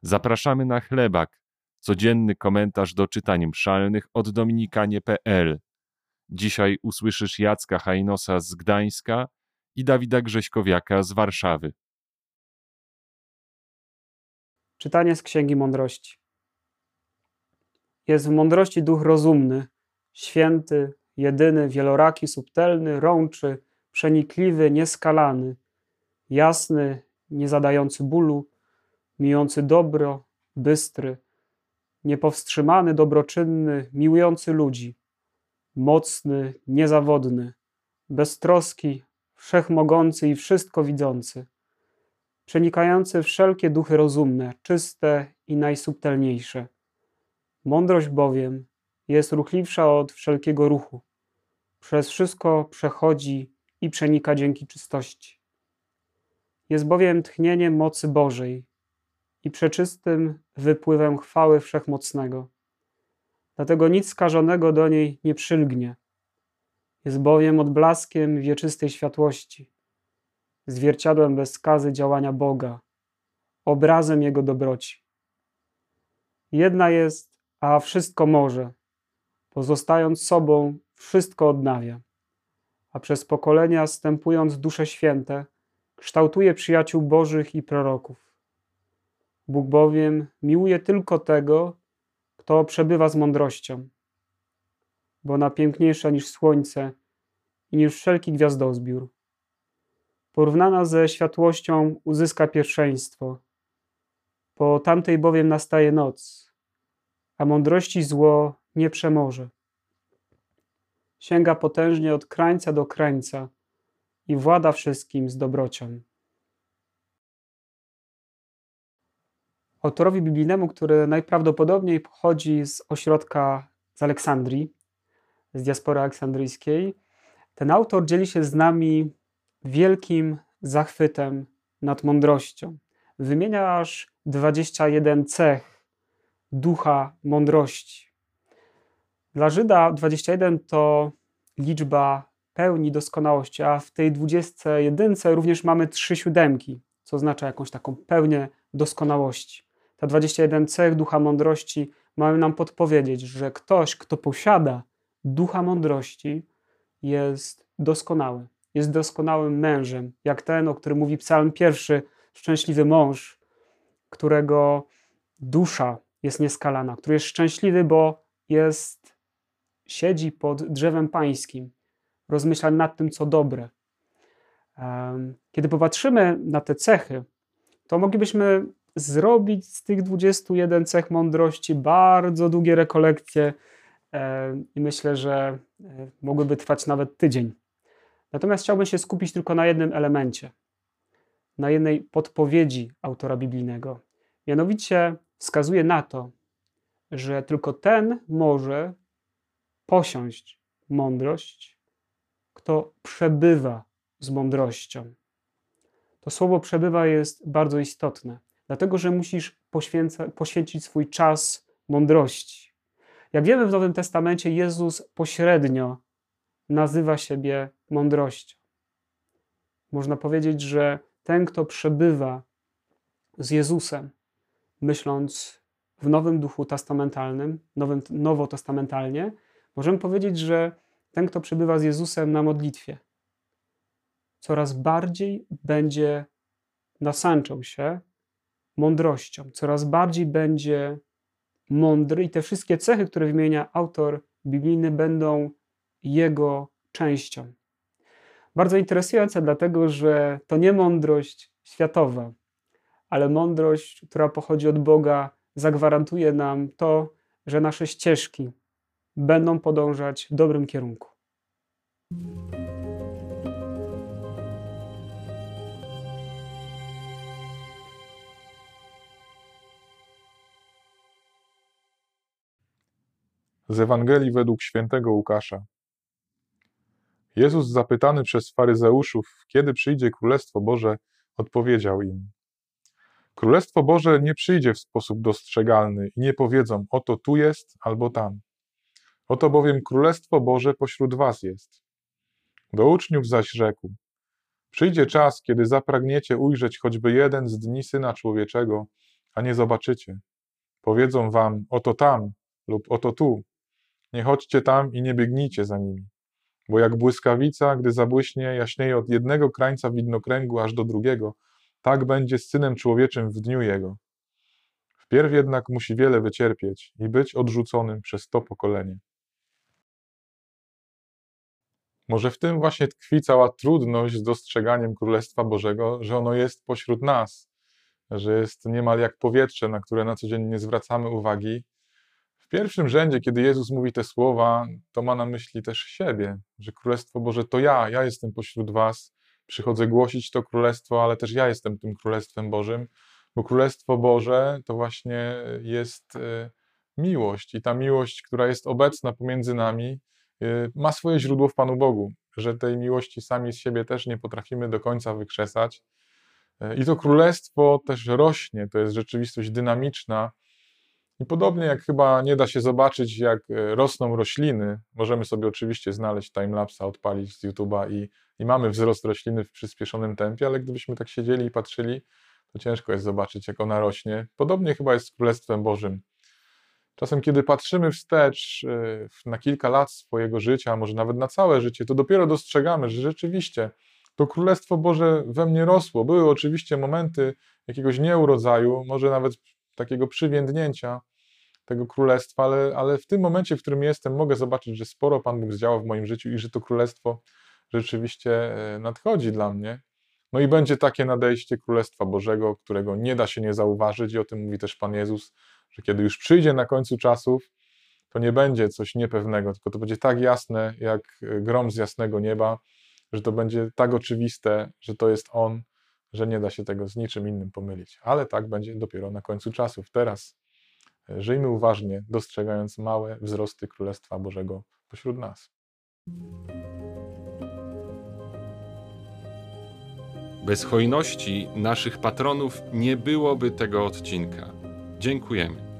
Zapraszamy na chlebak, codzienny komentarz do czytań mszalnych od dominikanie.pl. Dzisiaj usłyszysz Jacka Hajnosa z Gdańska i Dawida Grześkowiaka z Warszawy. Czytanie z Księgi Mądrości. Jest w mądrości duch rozumny, święty, jedyny, wieloraki, subtelny, rączy, przenikliwy, nieskalany, jasny, niezadający bólu, miłujący dobro, bystry, niepowstrzymany, dobroczynny, miłujący ludzi, mocny, niezawodny, beztroski, wszechmogący i wszystko widzący, przenikający wszelkie duchy rozumne, czyste i najsubtelniejsze. Mądrość bowiem jest ruchliwsza od wszelkiego ruchu. Przez wszystko przechodzi i przenika dzięki czystości. Jest bowiem tchnieniem mocy Bożej i przeczystym wypływem chwały Wszechmocnego. Dlatego nic skażonego do niej nie przylgnie. Jest bowiem odblaskiem wieczystej światłości, zwierciadłem bez skazy działania Boga, obrazem Jego dobroci. Jedna jest, a wszystko może, pozostając sobą, wszystko odnawia, a przez pokolenia stępując dusze święte, kształtuje przyjaciół Bożych i proroków. Bóg bowiem miłuje tylko tego, kto przebywa z mądrością, bo ona piękniejsza niż słońce i niż wszelki gwiazdozbiór. Porównana ze światłością uzyska pierwszeństwo, po tamtej bowiem nastaje noc, a mądrości zło nie przemoże. Sięga potężnie od krańca do krańca i włada wszystkim z dobrocią. Autorowi biblijnemu, który najprawdopodobniej pochodzi z ośrodka z Aleksandrii, z diaspory aleksandryjskiej, ten autor dzieli się z nami wielkim zachwytem nad mądrością. Wymienia aż 21 cech ducha mądrości. Dla Żyda 21 to liczba pełni doskonałości, a w tej 21 również mamy 3 siódemki, co oznacza jakąś taką pełnię doskonałości. Ta 21 cech ducha mądrości mają nam podpowiedzieć, że ktoś, kto posiada ducha mądrości, jest doskonały. Jest doskonałym mężem, jak ten, o którym mówi Psalm 1, szczęśliwy mąż, którego dusza jest nieskalana, który jest szczęśliwy, bo siedzi pod drzewem pańskim, rozmyśla nad tym, co dobre. Kiedy popatrzymy na te cechy, to moglibyśmy zrobić z tych 21 cech mądrości bardzo długie rekolekcje i myślę, że mogłyby trwać nawet tydzień. Natomiast chciałbym się skupić tylko na jednym elemencie, na jednej podpowiedzi autora biblijnego. Mianowicie wskazuje na to, że tylko ten może posiąść mądrość, kto przebywa z mądrością. To słowo przebywa jest bardzo istotne, dlatego że musisz poświęcić swój czas mądrości. Jak wiemy w Nowym Testamencie, Jezus pośrednio nazywa siebie mądrością. Można powiedzieć, że ten, kto przebywa z Jezusem, myśląc w nowym duchu testamentalnym, nowotestamentalnie, możemy powiedzieć, że ten, kto przebywa z Jezusem na modlitwie, coraz bardziej będzie nasańczał się mądrością, coraz bardziej będzie mądry i te wszystkie cechy, które wymienia autor biblijny, będą jego częścią. Bardzo interesujące, dlatego że to nie mądrość światowa, ale mądrość, która pochodzi od Boga, zagwarantuje nam to, że nasze ścieżki będą podążać w dobrym kierunku. Z Ewangelii według świętego Łukasza. Jezus, zapytany przez faryzeuszów, kiedy przyjdzie Królestwo Boże, odpowiedział im: Królestwo Boże nie przyjdzie w sposób dostrzegalny i nie powiedzą: oto tu jest albo tam. Oto bowiem Królestwo Boże pośród was jest. Do uczniów zaś rzekł: Przyjdzie czas, kiedy zapragniecie ujrzeć choćby jeden z dni Syna Człowieczego, a nie zobaczycie. Powiedzą wam, oto tam lub oto tu. Nie chodźcie tam i nie biegnijcie za nimi. Bo jak błyskawica, gdy zabłyśnie, jaśnieje od jednego krańca widnokręgu aż do drugiego, tak będzie z Synem Człowieczym w dniu Jego. Wpierw jednak musi wiele wycierpieć i być odrzuconym przez to pokolenie. Może w tym właśnie tkwi cała trudność z dostrzeganiem Królestwa Bożego, że ono jest pośród nas, że jest niemal jak powietrze, na które na co dzień nie zwracamy uwagi. W pierwszym rzędzie, kiedy Jezus mówi te słowa, to ma na myśli też siebie, że Królestwo Boże to ja jestem pośród was, przychodzę głosić to Królestwo, ale też ja jestem tym Królestwem Bożym, bo Królestwo Boże to właśnie jest miłość i ta miłość, która jest obecna pomiędzy nami, ma swoje źródło w Panu Bogu, że tej miłości sami z siebie też nie potrafimy do końca wykrzesać. I to Królestwo też rośnie, to jest rzeczywistość dynamiczna. I podobnie jak chyba nie da się zobaczyć, jak rosną rośliny, możemy sobie oczywiście znaleźć timelapsa, odpalić z YouTube'a i mamy wzrost rośliny w przyspieszonym tempie, ale gdybyśmy tak siedzieli i patrzyli, to ciężko jest zobaczyć, jak ona rośnie. Podobnie chyba jest z Królestwem Bożym. Czasem, kiedy patrzymy wstecz na kilka lat swojego życia, a może nawet na całe życie, to dopiero dostrzegamy, że rzeczywiście to Królestwo Boże we mnie rosło. Były oczywiście momenty jakiegoś nieurodzaju, może nawet takiego przywiędnięcia tego Królestwa, ale w tym momencie, w którym jestem, mogę zobaczyć, że sporo Pan Bóg zdziałał w moim życiu i że to Królestwo rzeczywiście nadchodzi dla mnie. No i będzie takie nadejście Królestwa Bożego, którego nie da się nie zauważyć i o tym mówi też Pan Jezus, że kiedy już przyjdzie na końcu czasów, to nie będzie coś niepewnego, tylko to będzie tak jasne, jak grom z jasnego nieba, że to będzie tak oczywiste, że to jest On, że nie da się tego z niczym innym pomylić. Ale tak będzie dopiero na końcu czasów. Teraz żyjmy uważnie, dostrzegając małe wzrosty Królestwa Bożego pośród nas. Bez hojności naszych patronów nie byłoby tego odcinka. Dziękujemy.